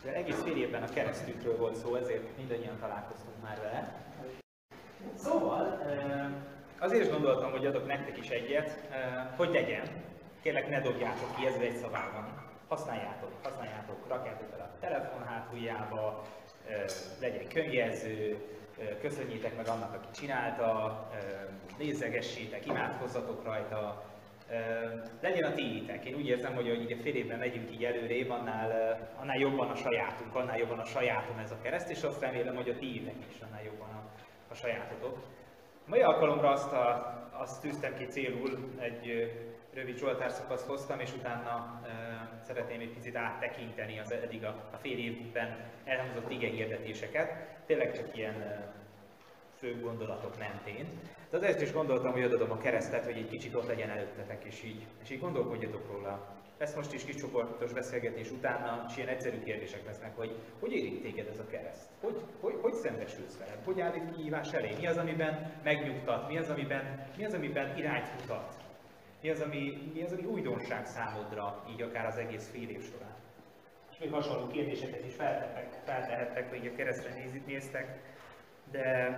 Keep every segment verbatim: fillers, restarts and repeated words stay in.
De egész fél évben a keresztünkről volt szó, ezért mindannyian találkoztunk már vele. Szóval, azért is gondoltam, hogy adok nektek is egyet, hogy legyen. Kérlek, ne dobjátok ki, ez egy szabályban. Használjátok, használjátok, rakjátok fel a telefon hátuljába, legyen könyvjelző, köszönjétek meg annak, aki csinálta, nézegessétek, imádkozzatok rajta, legyen a tiétek. Én úgy érzem, hogy ahogy így a fél évben megyünk így előrébb, annál, annál jobban a sajátunk, annál jobban a sajátom ez a kereszt, és azt remélem, hogy a tiétek is annál jobban a, a sajátotok. A mai alkalomra azt, a, azt tűztem ki célul, egy rövid zsoltárszakaszt hoztam, és utána e, szeretném egy picit áttekinteni az eddig a, a fél évben elhangzott igehirdetéseket. Tényleg csak ilyen e, fő gondolatok mentén. De azért is gondoltam, hogy adom a keresztet, hogy egy kicsit ott legyen előttetek, és így, és így gondolkodjatok róla. Lesz most is kiscsoportos beszélgetés utána, és ilyen egyszerű kérdések lesznek, hogy hogy érint téged ez a kereszt? Hogy, hogy, hogy szembesülsz veled? Hogy állít kihívás elé? Mi az, amiben megnyugtat? Mi az, amiben, mi az, amiben irányt mutat? Mi az, ami, mi az, ami újdonság számodra, így akár az egész fél év során? És még hasonló kérdéseket is feltehettek, feltehettek, hogy a keresztre néztek, de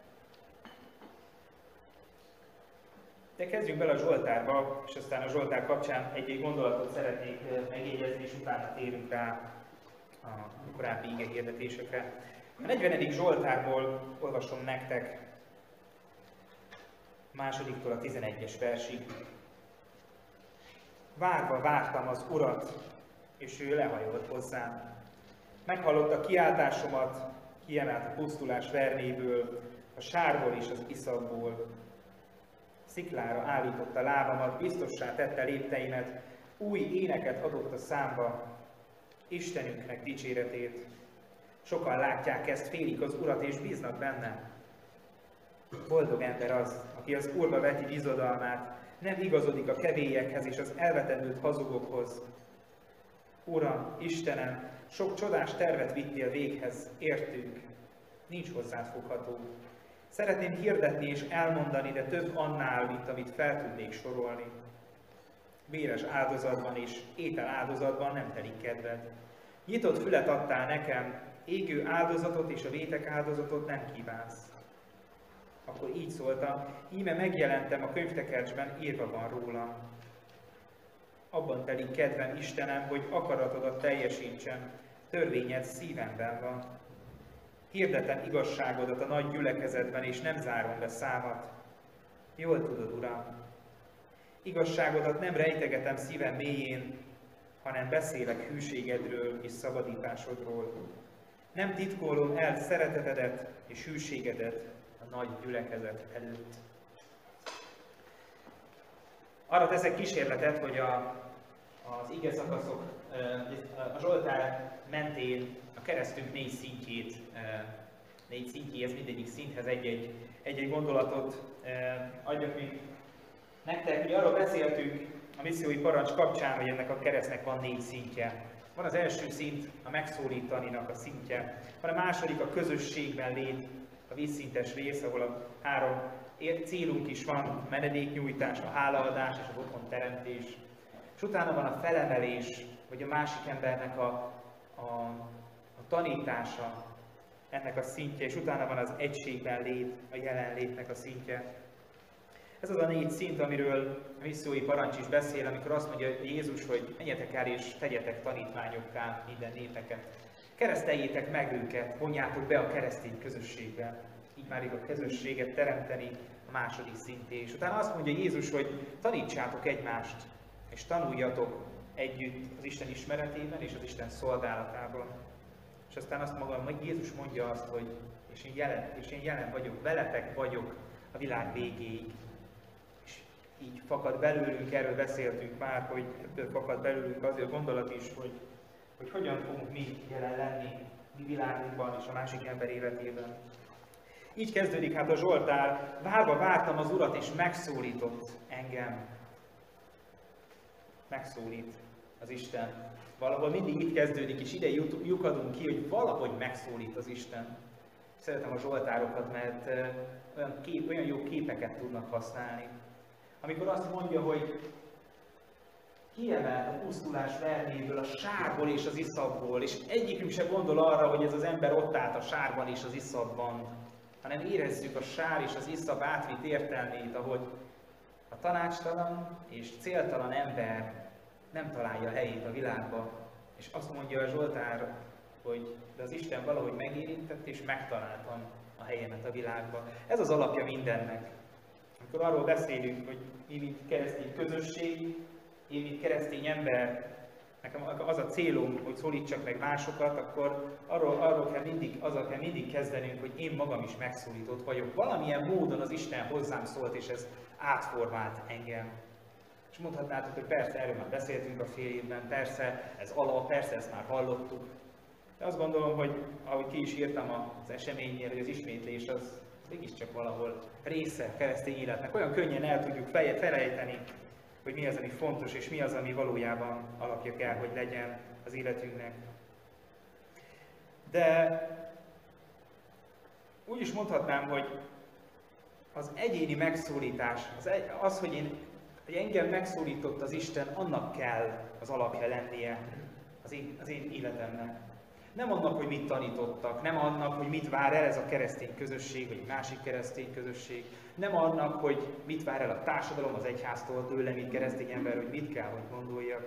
De kezdjünk bele a Zsoltárba, és aztán a Zsoltár kapcsán egy-egy gondolatot szeretnék megjegyezni, és utána térünk rá a korábbi igehirdetésekre. A negyvenedik Zsoltárból olvasom nektek másodiktól a tizenegyes versig. Várva vártam az Urat, és ő lehajolt hozzám. Meghallotta kiáltásomat, kiemelt a pusztulás vernéből, a sárból és az iszapból. Sziklára állította lábamat, biztossá tette lépteimet, új éneket adott a számba, Istenünknek dicséretét. Sokan látják ezt, félik az Urat és bíznak benne. Boldog ember az, aki az Úrba veti bizodalmát, nem igazodik a kevélyekhez és az elvetendült hazugokhoz. Uram, Istenem, sok csodás tervet vittél véghez, értünk, nincs hozzád fogható. Szeretném hirdetni és elmondani, de több annál, mint amit fel tudnék sorolni. Véres áldozatban és étel áldozatban nem telik kedved. Nyitott fület adtál nekem, égő áldozatot és a vétek áldozatot nem kívánsz. Akkor így szóltam, íme megjelentem a könyvtekercsben, írva van rólam. Abban telik kedvem, Istenem, hogy akaratodat teljesítsem, törvényed szívemben van. Hirdetem igazságodat a nagy gyülekezetben, és nem zárom be számat. Jól tudod, Uram. Igazságodat nem rejtegetem szívem mélyén, hanem beszélek hűségedről és szabadításodról. Nem titkolom el szeretetedet és hűségedet a nagy gyülekezet előtt. Arra teszek kísérletet, hogy a, az ige szakaszok, a Zsoltár mentén a keresztünk négy szintjét, négy szintjéhez, mindegyik szinthez egy-egy, egy-egy gondolatot adjak még nektek. Ugye arról beszéltünk a missziói parancs kapcsán, hogy ennek a keresztnek van négy szintje. Van az első szint, a megszólítaninak a szintje. Van a második, a közösségben lét, a vízszintes rész, ahol a három célunk is van, menedéknyújtás, a hálaadás és az otthon teremtés. És utána van a felemelés, vagy a másik embernek a, a, a tanítása, ennek a szintje, és utána van az egységben lét, a jelenlétnek a szintje. Ez az a négy szint, amiről a missziói parancs is beszél, amikor azt mondja Jézus, hogy menjetek el és tegyetek tanítványokká minden népeket. Kereszteljétek meg őket, vonjátok be a keresztény közösségbe. Így már a közösséget teremteni a második szinté. És utána azt mondja Jézus, hogy tanítsátok egymást, és tanuljatok együtt az Isten ismeretében és az Isten szolgálatában. És aztán azt maga, hogy Jézus mondja azt, hogy és én jelen, és én jelen vagyok, veletek vagyok a világ végéig. És így fakad belőlünk, erről beszéltünk már, hogy ebből fakad belőlünk azért a gondolat is, hogy, hogy hogyan fogunk mi jelen lenni mi világunkban és a másik ember életében. Így kezdődik hát a Zsoltár, várva vártam az Urat, és megszólított engem. Megszólít az Isten. Valahol mindig itt kezdődik, és ide lyukadunk ki, hogy valahogy megszólít az Isten. Szeretem a Zsoltárokat, mert olyan, kép, olyan jó képeket tudnak használni. Amikor azt mondja, hogy kiemelt a pusztulás verméből, a sárból és az iszapból, és egyikünk se gondol arra, hogy ez az ember ott állt a sárban és az iszapban, hanem érezzük a sár és az iszap átvitt értelmét, ahogy a tanácstalan és céltalan ember nem találja a helyét a világba, és azt mondja a Zsoltár, hogy de az Isten valahogy megérintett, és megtaláltam a helyemet a világba. Ez az alapja mindennek. Amikor arról beszélünk, hogy mi, mint keresztény közösség, én, mint keresztény ember, nekem az a célom, hogy szólítsak meg másokat, akkor arról, arról kell mindig, azzal kell mindig kezdenünk, hogy én magam is megszólított vagyok. Valamilyen módon az Isten hozzám szólt, és ez átformált engem. És mondhatnátok, hogy persze, erről már beszéltünk a fél évben, persze, ez alap, persze, ezt már hallottuk. De azt gondolom, hogy ahogy ki is írtam az eseménynél, hogy az ismétlés az mégiscsak valahol része keresztény életnek. Olyan könnyen el tudjuk felejteni, hogy mi az, ami fontos, és mi az, ami valójában alapja kell, hogy legyen az életünknek. De úgy is mondhatnám, hogy az egyéni megszólítás, az, egy, az hogy, én, hogy engem megszólított az Isten, annak kell az alapja lennie az én, az én életemnek. Nem annak, hogy mit tanítottak, nem annak, hogy mit vár el ez a keresztény közösség, vagy egy másik keresztény közösség, nem annak, hogy mit vár el a társadalom, az egyháztól tőlem, mint keresztény ember, hogy mit kell, hogy gondoljak.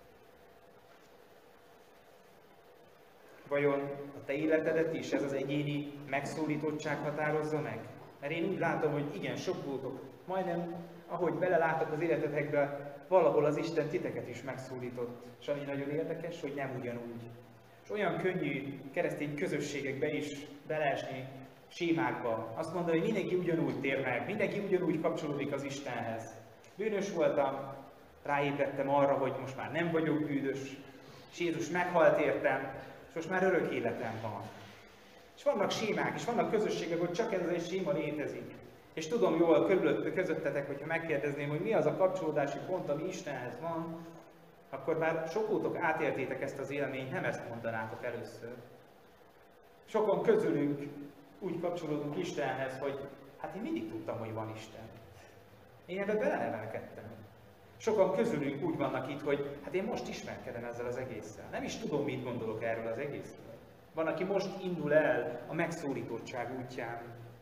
Vajon a te életedet is ez az egyéni megszólítottság határozza meg? Mert én úgy látom, hogy igen, sok voltok, majdnem ahogy belelátok az életetekbe, valahol az Isten titeket is megszólított. És ami nagyon érdekes, hogy nem ugyanúgy. És olyan könnyű keresztény közösségekbe is beleesni, sémákba. Azt mondani, hogy mindenki ugyanúgy tér meg, mindenki ugyanúgy kapcsolódik az Istenhez. Bűnös voltam, ráébredtem arra, hogy most már nem vagyok bűnös, és Jézus meghalt értem, és most már örök életem van. És vannak sémák, és vannak közösségek, hogy csak ez egy séma létezik. És tudom jól körülött, közöttetek, hogyha megkérdezném, hogy mi az a kapcsolódási pont, ami Istenhez van, akkor bár sokótok átéltétek ezt az élményt, nem ezt mondanátok először. Sokan közülünk úgy kapcsolódunk Istenhez, hogy hát én mindig tudtam, hogy van Isten. Én ebbe belenevelkedtem. Sokan közülünk úgy vannak itt, hogy hát én most ismerkedem ezzel az egésszel. Nem is tudom, mit gondolok erről az egészről. Van, aki most indul el a megszólítottság útján.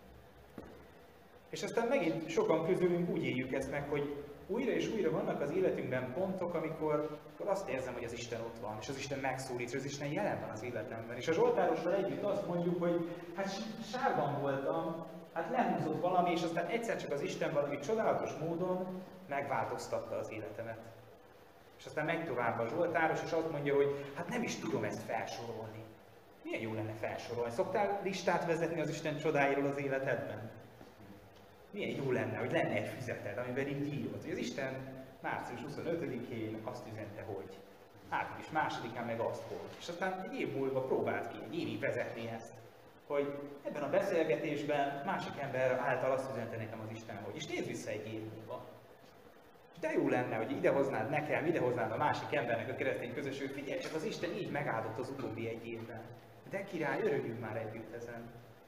És aztán megint sokan közülünk úgy éljük ezt meg, hogy újra és újra vannak az életünkben pontok, amikor, amikor azt érzem, hogy az Isten ott van, és az Isten megszólít, és az Isten jelen van az életemben. És a Zsoltárossal együtt azt mondjuk, hogy hát sárban voltam, hát lehúzott valami, és aztán egyszer csak az Isten valami csodálatos módon megváltoztatta az életemet. És aztán megy tovább a Zsoltáros, és azt mondja, hogy hát nem is tudom ezt felsorolni. Milyen jó lenne felsorolni? Szoktál listát vezetni az Isten csodáiról az életedben? Milyen jó lenne, hogy lenne egy füzeted, amiben így írod, hogy az Isten március huszonötödikén azt üzente, hogy április másodikán meg azt hogy. És aztán egy év múlva próbált ki, egy évig vezetni ezt, hogy ebben a beszélgetésben másik ember által azt üzente nekem az Isten, hogy. És nézd vissza egy év múlva. És de jó lenne, hogy idehoznád nekem, idehoznád a másik embernek a keresztény közösséget, figyelj csak, az Isten így megáldott az utóbbi egy évben. De király, örüljünk már együtt ezen.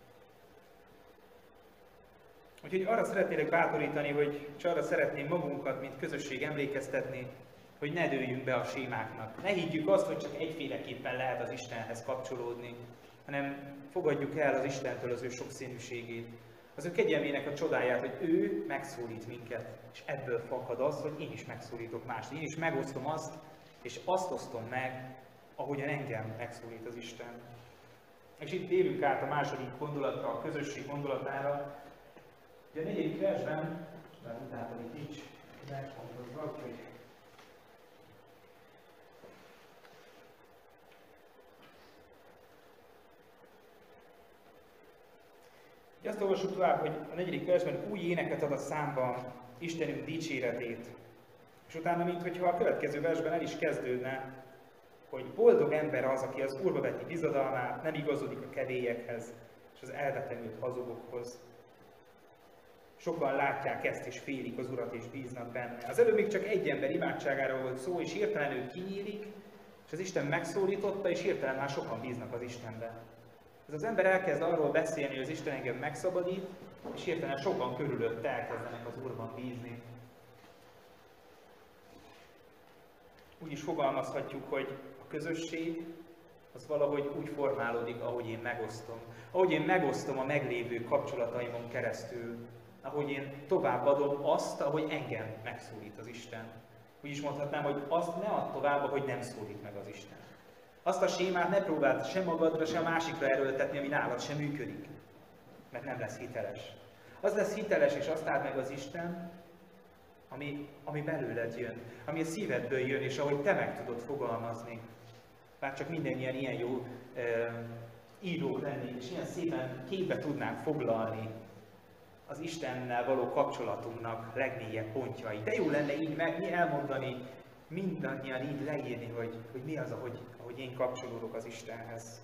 Úgyhogy arra szeretnélek bátorítani, hogy és arra szeretném magunkat, mint közösség emlékeztetni, hogy ne dőljünk be a sémáknak. Ne higgyük azt, hogy csak egyféleképpen lehet az Istenhez kapcsolódni, hanem fogadjuk el az Istentől az ő sokszínűségét, az ő kegyelmének a csodáját, hogy ő megszólít minket, és ebből fakad az, hogy én is megszólítok mást. Én is megosztom azt, és azt osztom meg, ahogyan engem megszólít az Isten. És itt térünk át a második gondolatra, a közösség gondolatára. Ugye a negyedik versben, már utáltam itt nincs megfontozva, hogy Ugye azt olvassuk tovább, hogy a negyedik versben új éneket ad a számba Istenünk dicséretét. És utána, minthogyha a következő versben el is kezdődne, hogy boldog ember az, aki az Úrba veti bizodalmát, nem igazodik a kedélyekhez és az elvetemült hazugokhoz. Sokan látják ezt és félik az Urat és bíznak benne. Az előbb még csak egy ember imádságáról volt szó, és hirtelen ő kinyílik, és az Isten megszólította, és hirtelen már sokan bíznak az Istenben. Ez az ember elkezd arról beszélni, hogy az Isten engem megszabadít, és hirtelen sokan körülötte elkezdenek az Úrban bízni. úgy is fogalmazhatjuk, hogy a közösség az valahogy úgy formálódik, ahogy én megosztom. Ahogy én megosztom a meglévő kapcsolataimon keresztül, ahogy én továbbadom azt, ahogy engem megszólít az Isten. Úgy is mondhatnám, hogy azt ne add tovább, hogy nem szólít meg az Isten. Azt a sémát ne próbáld sem magadra, sem másikra erőltetni, ami nálad sem működik. Mert nem lesz hiteles. Az lesz hiteles, és azt áld meg az Isten, ami, ami belőled jön, ami a szívedből jön, és ahogy te meg tudod fogalmazni. Bár csak mindannyian ilyen jó e, írók lennénk, és ilyen szépen képbe tudnánk foglalni az Istennel való kapcsolatunknak legmélyebb pontjai. De jó lenne így meg, mi elmondani, mindannyian így leírni, hogy, hogy mi az, ahogy, ahogy én kapcsolódok az Istenhez.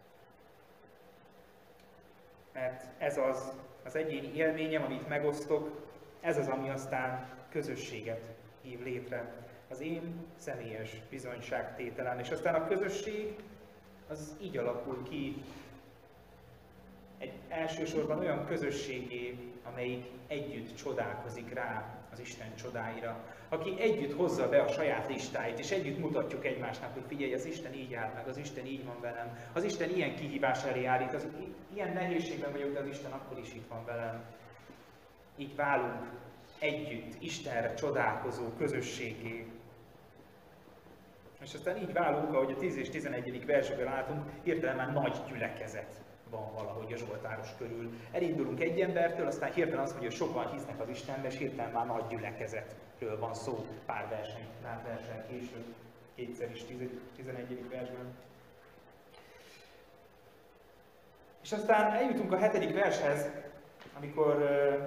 Mert ez az, az egyéni élményem, amit megosztok, ez az, ami aztán közösséget hív létre. Az én személyes bizonyságtételem. És aztán a közösség az így alakul ki egy elsősorban olyan közösségé, amelyik együtt csodálkozik rá az Isten csodáira. Aki együtt hozza be a saját listáit, és együtt mutatjuk egymásnak, hogy figyelj, az Isten így áll meg, az Isten így van velem, az Isten ilyen kihívás elé állít, az ilyen nehézségben vagyok, de az Isten akkor is itt van velem. Így válunk együtt Istenre csodálkozó közösségé. És aztán így válunk, ahogy a tíz és tizenegyedik versben látunk, hirtelen már nagy gyülekezet van valahogy a zsoltáros körül. Elindulunk egy embertől, aztán hirtelen az, hogy sokan hisznek az Istenbe, és hirtelen már nagy gyülekezetről van szó pár verseny, pár verseny később, kétszer is tizenegyedik versben. És aztán eljutunk a hetedik vershez, amikor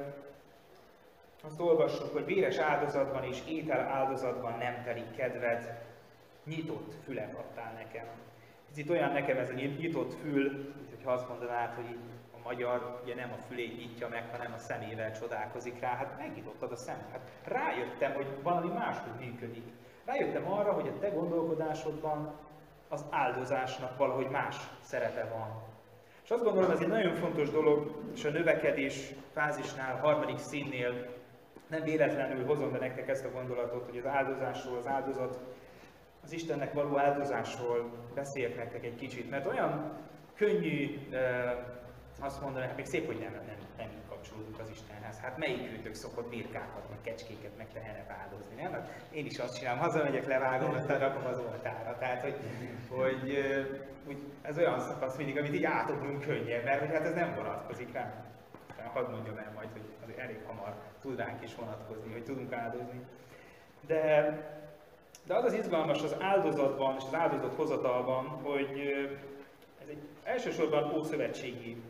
uh, azt olvassuk, hogy véres áldozatban és étel áldozatban nem telik kedved, nyitott fület adtál nekem. Itt olyan nekem ez a nyitott fül, mint hogyha azt mondanád, hogy a magyar ugye nem a fülét nyitja meg, hanem a szemével csodálkozik rá. Hát megnyitottad a szemet. Hát rájöttem, hogy valami máshogy működik. Rájöttem arra, hogy a te gondolkodásodban az áldozásnak valahogy más szerepe van. És azt gondolom, ez egy nagyon fontos dolog, és a növekedés fázisnál, a harmadik színnél nem véletlenül hozom be nektek ezt a gondolatot, hogy az áldozásról, az áldozat, az Istennek való áldozásról beszéljek nektek egy kicsit, mert olyan könnyű e, azt mondani, hát még szép, hogy nem, nem, nem így kapcsolódunk az Istenhez. Hát melyik őtök szokott birkákat, meg kecskéket, meg tehenet áldozni, nem? Hát én is azt csinálom, hazamegyek, levágom, aztán rakom az oltára. Tehát, hogy, hogy úgy, ez olyan szakasz mindig, amit így átadunk könnyen, mert hogy hát ez nem vonatkozik rám. Hadd mondjam el majd, hogy azért elég hamar tud ránk is vonatkozni, hogy tudunk áldozni. De De az az izgalmas az áldozatban és az áldozat hozatalban, hogy ez egy elsősorban ószövetségi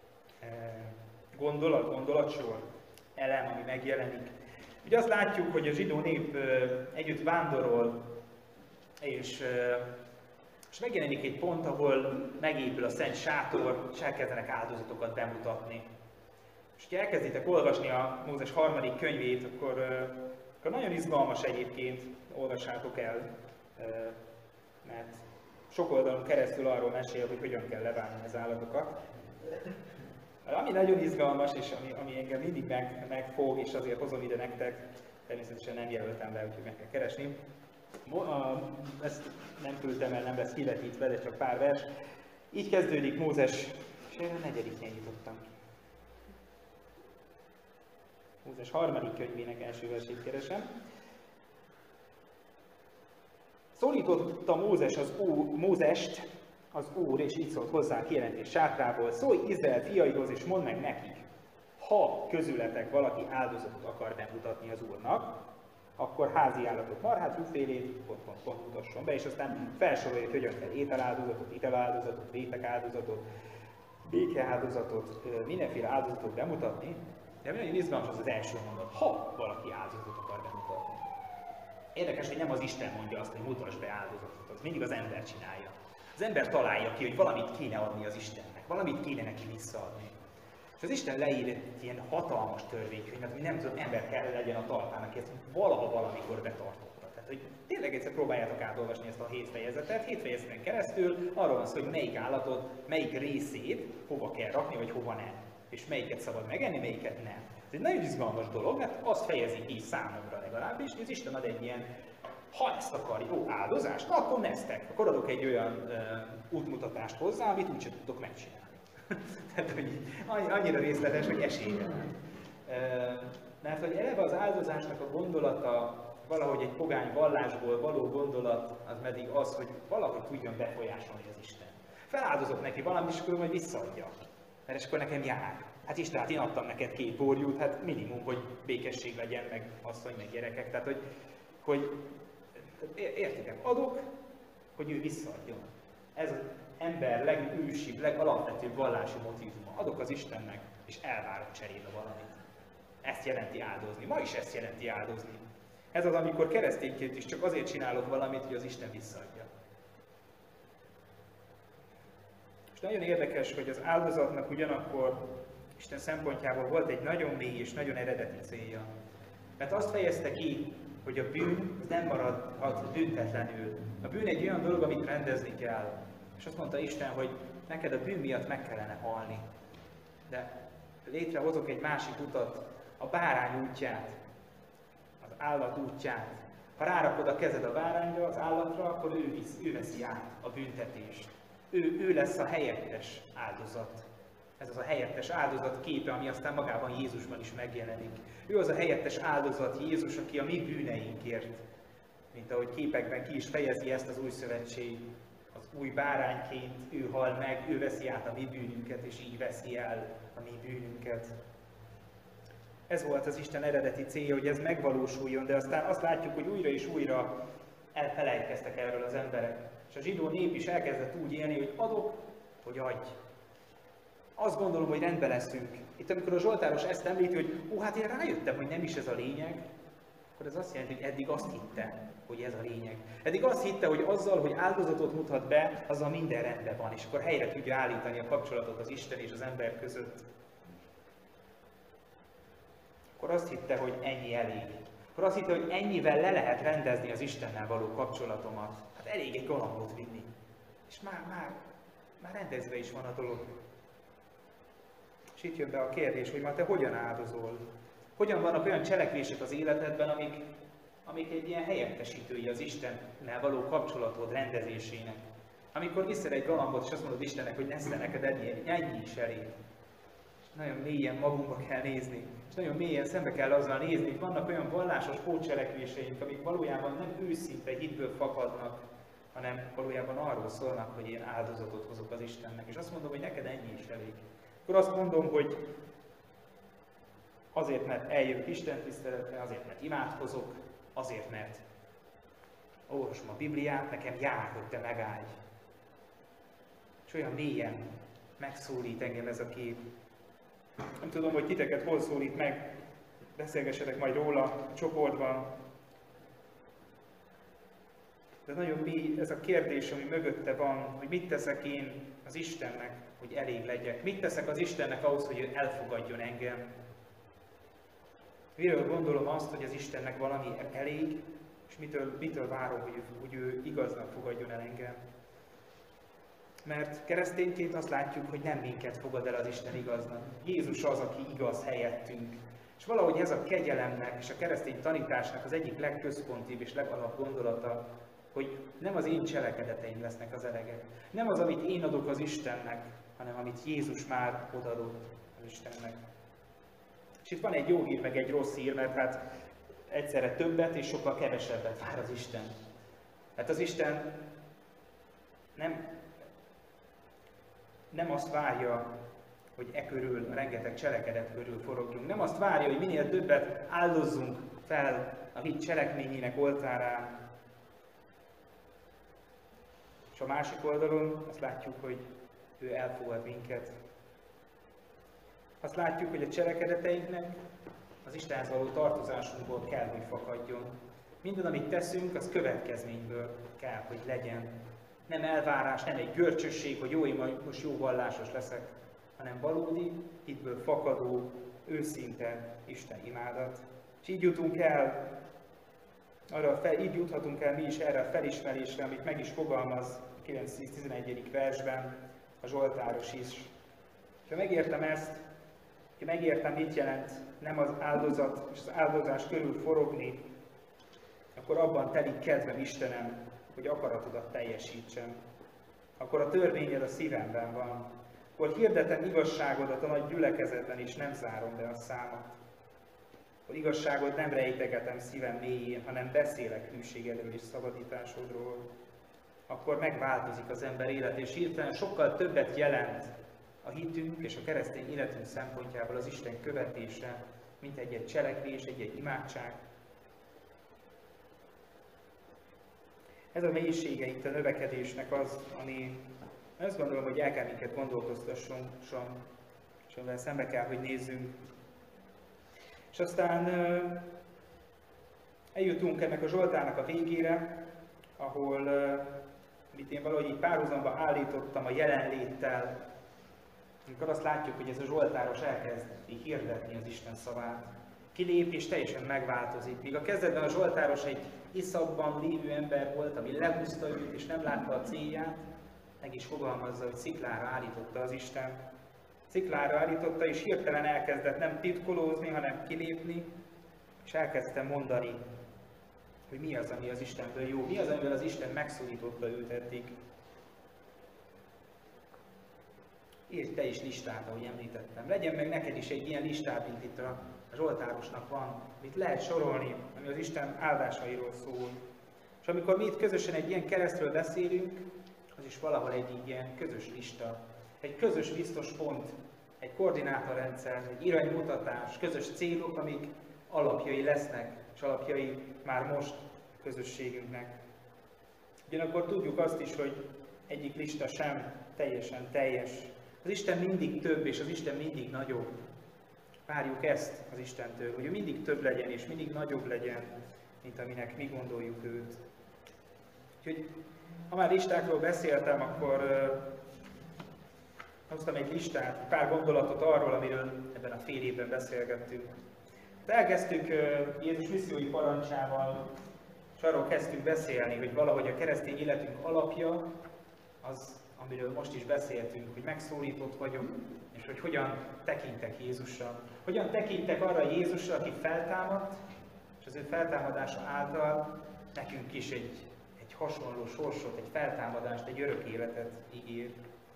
gondolat, gondolatsor, elem, ami megjelenik. Ugye azt látjuk, hogy a zsidó nép együtt vándorol, és, és megjelenik egy pont, ahol megépül a szent sátor, és elkezdenek áldozatokat bemutatni. És ha elkezditek olvasni a Mózes harmadik könyvét, akkor, akkor nagyon izgalmas egyébként, olvassátok el, mert sok oldalon keresztül arról mesél, hogy hogyan kell levágni az állatokat. Ami nagyon izgalmas, és ami, ami engem mindig meg, megfog, és azért hozom ide nektek, természetesen nem jelöltem be, úgyhogy meg kell keresni. Ezt nem küldtem el, nem lesz kivetítve, de csak pár vers. Így kezdődik Mózes, és én a negyediknél nyitottam. Mózes harmadik könyvének első versét keresem. Szólította Mózes az Úr, Mózest, az Úr, és így szólt hozzá kijelentés sátrából: szólj Izrael fiaihoz, és mondd meg nekik, ha közületek valaki áldozatot akar bemutatni az Úrnak, akkor házi állatot, marhát, húsfélét, pont, pont, pont mutasson be, és aztán felsorolja, hogy hogyan kell ételáldozatot, iteláldozatot, vétek áldozatot, békeáldozatot, mindenféle áldozatot bemutatni. De nagyon izgalmas az az első mondat, ha valaki áldozatot akar bemutatni. Érdekes, hogy nem az Isten mondja azt, hogy mutass be áldozatot, az mindig az ember csinálja. Az ember találja ki, hogy valamit kéne adni az Istennek, valamit kéne neki visszaadni. És az Isten leír egy ilyen hatalmas törvénykönyvet, hogy nem tudom, ember kell legyen a talpán, aki ezt valaha valamikor betartotta. Tehát, hogy tényleg egyszer próbáljátok átolvasni ezt a hét fejezetet, hét fejezeten keresztül arról van szó, hogy melyik állatot, melyik részét hova kell rakni, vagy hova nem. És melyiket szabad megenni, melyiket nem. Ez egy nagyon izgalmas dolog, mert azt fejezi ki számomra legalábbis, hogy az Isten ad egy ilyen Ha ezt akarja, jó, áldozást, na akkor neztek. Akkor adok egy olyan uh, útmutatást hozzá, amit úgysem tudok megcsinálni. Tehát, hogy annyira részletes, hogy esélytelen. Uh, mert hogy eleve az áldozásnak a gondolata, valahogy egy pogány vallásból való gondolat, az pedig az, hogy valahogy tudjon befolyásolni az Isten. Feláldozok neki valamit, és akkor majd visszaadja. Mert és akkor nekem jár. Hát Isten, hát én adtam neked két borjút, hát minimum, hogy békesség legyen, meg asszony, meg gyerekek. Tehát, hogy, hogy értitek, adok, hogy ő visszaadjon. Ez az ember legősibb, legalapvetőbb vallási motívuma. Adok az Istennek, és elvárok cserébe valamit. Ezt jelenti áldozni. Ma is ezt jelenti áldozni. Ez az, amikor keresztényként is csak azért csinálok valamit, hogy az Isten visszaadja. És nagyon érdekes, hogy az áldozatnak ugyanakkor Isten szempontjából volt egy nagyon mély és nagyon eredeti célja. Mert azt fejezte ki, hogy a bűn nem maradhat büntetlenül. A bűn egy olyan dolog, amit rendezni kell. És azt mondta Isten, hogy neked a bűn miatt meg kellene halni. De létrehozok egy másik utat, a bárány útját, az állat útját. Ha rárakod a kezed a bárányra, az állatra, akkor ő, visz, ő veszi át a büntetést. Ő, ő lesz a helyettes áldozat. Ez az a helyettes áldozat képe, ami aztán magában Jézusban is megjelenik. Ő az a helyettes áldozat Jézus, aki a mi bűneinkért, mint ahogy képekben ki is fejezi ezt az új szövetség. Az új bárányként ő hal meg, ő veszi át a mi bűnünket, és így veszi el a mi bűnünket. Ez volt az Isten eredeti célja, hogy ez megvalósuljon, de aztán azt látjuk, hogy újra és újra elfelejtkeztek erről az emberek. És a zsidó nép is elkezdett úgy élni, hogy adok, hogy adj. Azt gondolom, hogy rendben leszünk. Itt amikor a Zsoltáros ezt említi, hogy ó, hát én rájöttem, hogy nem is ez a lényeg, akkor ez azt jelenti, hogy eddig azt hitte, hogy ez a lényeg. Eddig azt hitte, hogy azzal, hogy áldozatot mutat be, azzal minden rendben van, és akkor helyre tudja állítani a kapcsolatot az Isten és az ember között. Akkor azt hitte, hogy ennyi elég. Akkor azt hitte, hogy ennyivel le lehet rendezni az Istennel való kapcsolatomat. Hát elég egy galambot vinni. És már, már, már rendezve is van a dolog. És itt jön be a kérdés, hogy ma te hogyan áldozol? Hogyan vannak olyan cselekvések az életedben, amik, amik egy ilyen helyettesítői az Istennel való kapcsolatod rendezésének? Amikor viszel egy galambot, és azt mondod Istennek, hogy nesze neked ennyi, ennyi is elég. És nagyon mélyen magunkba kell nézni, és nagyon mélyen szembe kell azzal nézni, hogy vannak olyan vallásos pótcselekvéseink, amik valójában nem őszinte hitből fakadnak, hanem valójában arról szólnak, hogy én áldozatot hozok az Istennek. És azt mondom, hogy neked ennyi is elég. Akkor azt mondom, hogy azért, mert eljövök Isten tiszteletre, azért, mert imádkozok, azért, mert olvasom a Bibliát, nekem jár, hogy te megállj. És olyan mélyen megszólít engem ez a kép. Nem tudom, hogy titeket hol szólít meg, beszélgessetek majd róla a csoportban. De nagyon mély ez a kérdés, ami mögötte van, hogy mit teszek én az Istennek, hogy elég legyek. Mit teszek az Istennek ahhoz, hogy ő elfogadjon engem. Miről gondolom azt, hogy az Istennek valami elég, és mitől, mitől várom, hogy ő, hogy ő igaznak fogadjon el engem. Mert keresztényként azt látjuk, hogy nem minket fogad el az Isten igaznak. Jézus az, aki igaz helyettünk. És valahogy ez a kegyelemnek és a keresztény tanításnak az egyik legközpontibb és legalapp gondolata, hogy nem az én cselekedeteim lesznek az elegek. Nem az, amit én adok az Istennek, hanem amit Jézus már odadott az Istennek. És itt van egy jó hír, meg egy rossz hír, mert hát egyszerre többet és sokkal kevesebbet vár az Isten. Hát az Isten nem, nem azt várja, hogy e körül, a rengeteg cselekedet körül forogjunk. Nem azt várja, hogy minél többet áldozzunk fel a hit cselekményének oltárán. És a másik oldalon azt látjuk, hogy ő elfogad minket. Azt látjuk, hogy a cselekedeteinknek az Istenhez való tartozásunkból kell, hogy fakadjon. Minden, amit teszünk, az következményből kell, hogy legyen. Nem elvárás, nem egy görcsösség, hogy jó, én most jó vallásos leszek, hanem valódi, hitből fakadó, őszinte Isten imádat. És így jutunk el, arra fel, így juthatunk el mi is erre a felismerésre, amit meg is fogalmaz a kilenc tíz tizenegyedik versben a Zsoltáros is. Ha megértem ezt, ha megértem, mit jelent nem az áldozat és az áldozás körül forogni, akkor akkor abban telik kedvem, Istenem, hogy akaratodat teljesítsem. Akkor a törvényed a szívemben van. Akkor hirdetem igazságodat a nagy gyülekezetben, és nem zárom be a számat. Akkor igazságot nem rejtegetem szívem mélyén, hanem beszélek hűségedről és szabadításodról. Akkor megváltozik az ember élet, és hirtelen sokkal többet jelent a hitünk és a keresztény életünk szempontjából az Isten követése, mint egy-egy cselekvés, egy-egy imádság. Ez a mélysége itt a növekedésnek az, ami azt gondolom, hogy el kell minket gondolkoztasson, és amivel szembe kell, hogy nézzünk. És aztán eljutunk ennek a Zsoltárnak a végére, ahol, amit én valahogy így párhuzamba állítottam a jelenléttel, amikor azt látjuk, hogy ez a Zsoltáros elkezdi hirdetni az Isten szavát. Kilép és teljesen megváltozik. Míg a kezdetben a Zsoltáros egy iszapban lévő ember volt, ami lehúzta őt és nem látta a célját, meg is fogalmazza, hogy sziklára állította az Isten. Sziklára állította, és hirtelen elkezdett nem titkolózni, hanem kilépni, és elkezdte mondani, hogy mi az, ami az Istenből jó, mi az, amivel az Isten megszólította őt eddig. Írj te is listát, ahogy említettem. Legyen meg neked is egy ilyen listát, mint itt a Zsoltárosnak van, amit lehet sorolni, ami az Isten áldásairól szól. És amikor mi itt közösen egy ilyen keresztről beszélünk, az is valahol egy ilyen közös lista, egy közös biztos pont, egy koordinátorrendszer, egy iránymutatás, közös célok, amik alapjai lesznek, és alapjai már most a közösségünknek. Ugyanakkor tudjuk azt is, hogy egyik lista sem teljesen teljes. Az Isten mindig több, és az Isten mindig nagyobb. Várjuk ezt az Istentől, hogy ő mindig több legyen, és mindig nagyobb legyen, mint aminek mi gondoljuk őt. Úgyhogy, ha már listákról beszéltem, akkor uh, hoztam egy listát, pár gondolatot arról, amiről ebben a fél évben beszélgettünk. Elkezdtük uh, Jézus missziói parancsával, és arról kezdtünk beszélni, hogy valahogy a keresztény életünk alapja az, amiről most is beszéltünk, hogy megszólított vagyok, és hogy hogyan tekintek Jézusra. Hogyan tekintek arra Jézusra, aki feltámadt, és az ő feltámadása által nekünk is egy, egy hasonló sorsot, egy feltámadást, egy örök életet ígér.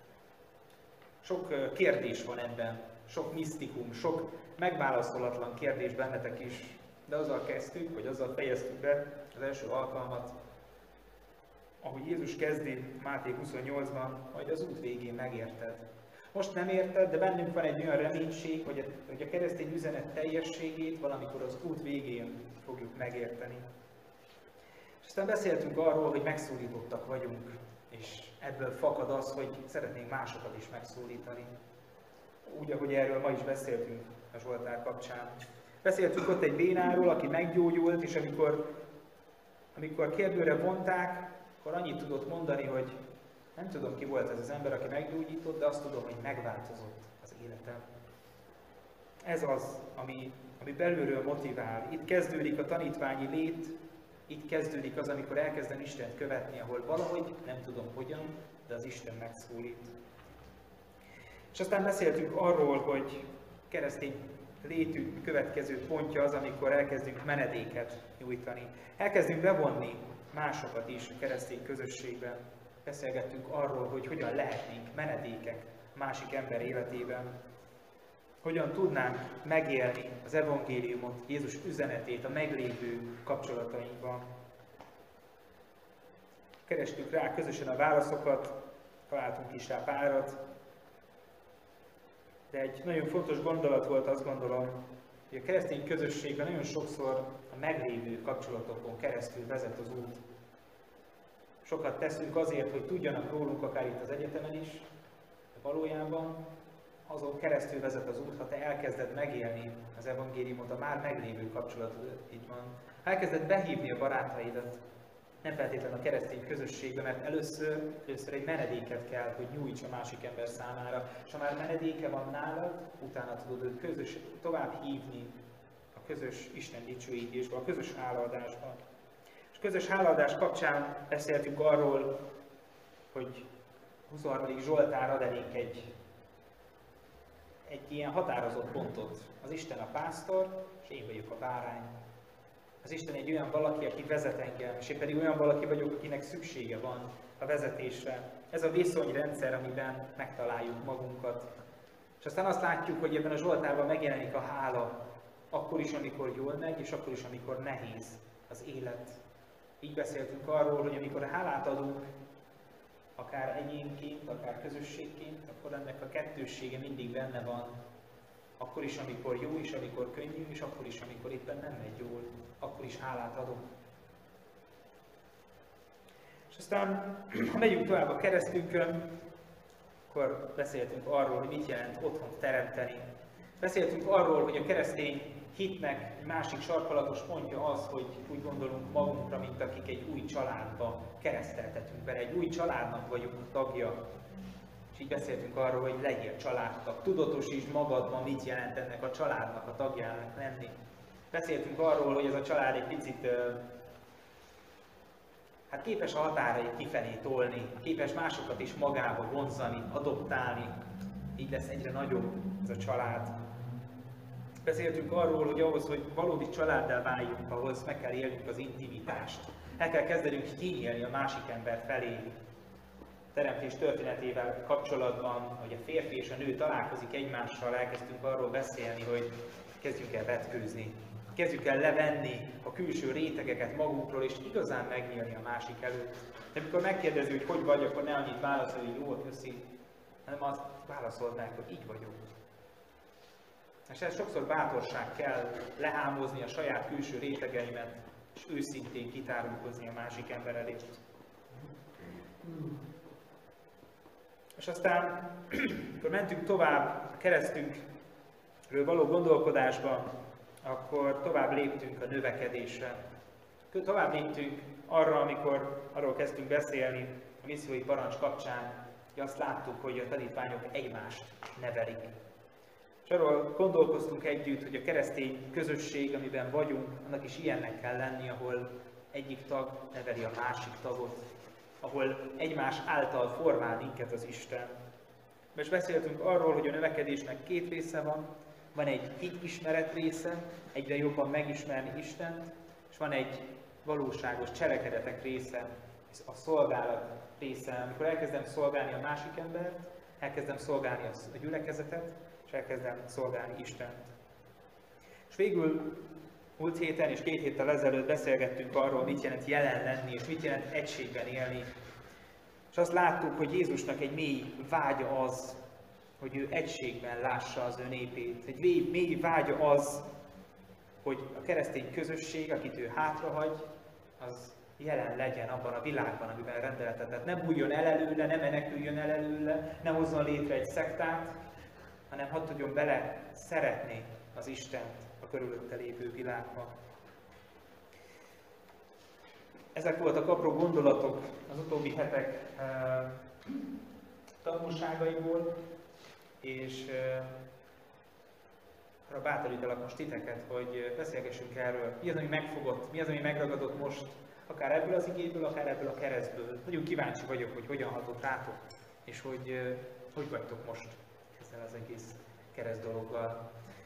Sok kérdés van ebben, sok misztikum, sok megválaszolatlan kérdés bennetek is, de azzal kezdtük, vagy azzal fejeztük be az első alkalmat, ahogy Jézus kezdi Máté huszonnyolcban, majd az út végén megérted. Most nem érted, de bennünk van egy olyan reménység, hogy a, hogy a keresztény üzenet teljességét valamikor az út végén fogjuk megérteni. És aztán beszéltünk arról, hogy megszólítottak vagyunk, és ebből fakad az, hogy szeretnénk másokat is megszólítani. Úgy, ahogy erről ma is beszéltünk a Zsoltár kapcsán. Beszéltünk ott egy bénáról, aki meggyógyult, és amikor, amikor kérdőre vonták, akkor annyit tudott mondani, hogy nem tudom, ki volt ez az ember, aki meggyógyított, de azt tudom, hogy megváltozott az életem. Ez az, ami, ami belülről motivál. Itt kezdődik a tanítványi lét, itt kezdődik az, amikor elkezdem Istent követni, ahol valahogy, nem tudom hogyan, de az Isten megszólít. És aztán beszéltünk arról, hogy keresztény létünk következő pontja az, amikor elkezdünk menedéket nyújtani. Elkezdünk bevonni másokat is a keresztény közösségben. Beszélgettünk arról, hogy hogyan lehetnénk menedékek másik ember életében. Hogyan tudnánk megélni az evangéliumot, Jézus üzenetét a meglévő kapcsolatainkban. Kerestük rá közösen a válaszokat, találtunk is rá párat, de egy nagyon fontos gondolat volt, azt gondolom, hogy a keresztény közösségben nagyon sokszor a meglévő kapcsolatokon keresztül vezet az út. Sokat teszünk azért, hogy tudjanak rólunk akár itt az egyetemen is, de valójában azon keresztül vezet az út, ha te elkezded megélni az evangéliumot a már meglévő kapcsolatodban. Ha elkezded behívni a barátaidat, nem feltétlenül a keresztény közösségbe, mert először, először egy menedéket kell, hogy nyújts a másik ember számára, és ha már menedéke van nálad, utána tudod őt közös, tovább hívni a közös Isten dicsőítésbe, a közös hálaadásba. És közös hálaadás kapcsán beszéltünk arról, hogy huszonharmadik Zsoltár ad elénk egy, egy ilyen határozott pontot. Az Isten a pásztor, és én vagyok a bárány. Az Isten egy olyan valaki, aki vezet engem, és én pedig olyan valaki vagyok, akinek szüksége van a vezetésre. Ez a viszonyrendszer, amiben megtaláljuk magunkat. És aztán azt látjuk, hogy ebben a Zsoltárban megjelenik a hála, akkor is, amikor jól megy, és akkor is, amikor nehéz az élet. Így beszéltünk arról, hogy amikor hálát adunk, akár egyénként, akár közösségként, akkor ennek a kettőssége mindig benne van. Akkor is, amikor jó, és amikor könnyű, és akkor is, amikor éppen nem megy jól, akkor is hálát adunk. És aztán, ha megyünk tovább a keresztünkön, akkor beszéltünk arról, hogy mit jelent otthont teremteni. Beszéltünk arról, hogy a keresztény hitnek egy másik sarkalatos pontja az, hogy úgy gondolunk magunkra, mint akik egy új családba kereszteltetünk bele, egy új családnak vagyunk tagja. És így beszéltünk arról, hogy legyél családtag. Tudatosítsd magadban, mit jelent ennek a családnak a tagjának lenni. Beszéltünk arról, hogy ez a család egy picit hát képes a határait kifelé tolni, képes másokat is magába vonzani, adoptálni. Így lesz egyre nagyobb ez a család. Beszéltünk arról, hogy ahhoz, hogy valódi családdá váljunk, ahhoz meg kell élnünk az intimitást. El kell kezdenünk kinyílni a másik ember felé. A teremtés történetével kapcsolatban, hogy a férfi és a nő találkozik egymással, elkezdtünk arról beszélni, hogy kezdjünk el vetkőzni. Kezdjük el levenni a külső rétegeket magunkról, és igazán megnyílni a másik előtt. De amikor megkérdezi, hogy hogy vagy, akkor ne annyit válaszolj, hogy jól, köszi, hanem azt válaszolnák, hogy így vagyok. És ez sokszor bátorság kell lehámozni a saját külső rétegeimet, és őszintén kitárulkozni a másik ember elé. És aztán, amikor mentünk tovább a keresztünkről való gondolkodásba, akkor tovább léptünk a növekedésre. Tovább léptünk arra, amikor arról kezdtünk beszélni a missziói parancs kapcsán, hogy azt láttuk, hogy a tanítványok egymást nevelik. És arról gondolkoztunk együtt, hogy a keresztény közösség, amiben vagyunk, annak is ilyennek kell lenni, ahol egyik tag neveli a másik tagot, ahol egymás által formál minket az Isten. És beszéltünk arról, hogy a növekedésnek két része van. Van egy hitismeret része, egyre jobban megismerni Istent, és van egy valóságos cselekedetek része, a szolgálat része, amikor elkezdem szolgálni a másik embert, elkezdem szolgálni a gyülekezetet, és elkezdem szolgálni Istent. És végül múlt héten és két héttel ezelőtt beszélgettünk arról, mit jelent jelen lenni, és mit jelent egységben élni. És azt láttuk, hogy Jézusnak egy mély vágya az, hogy ő egységben lássa az ő népét. Egy mély, mély vágya az, hogy a keresztény közösség, akit ő hátrahagy, az jelen legyen abban a világban, amiben rendeletet. Tehát nem bújjon el előle, nem meneküljön el előle, ne hozzon létre egy szektát, hanem hadd tudjon bele szeretni az Istent a körülötte lévő világban. Ezek voltak apró gondolatok az utóbbi hetek uh, tanulságaiból, és uh, arra bátorítalak most titeket, hogy beszélgessünk erről. Mi az, ami megfogott, mi az, ami megragadott most, akár ebből az igéből, akár ebből a keresztből. Nagyon kíváncsi vagyok, hogy hogyan hatott rátok, és hogy uh, hogy vagytok most ezzel az egész kereszt dologgal.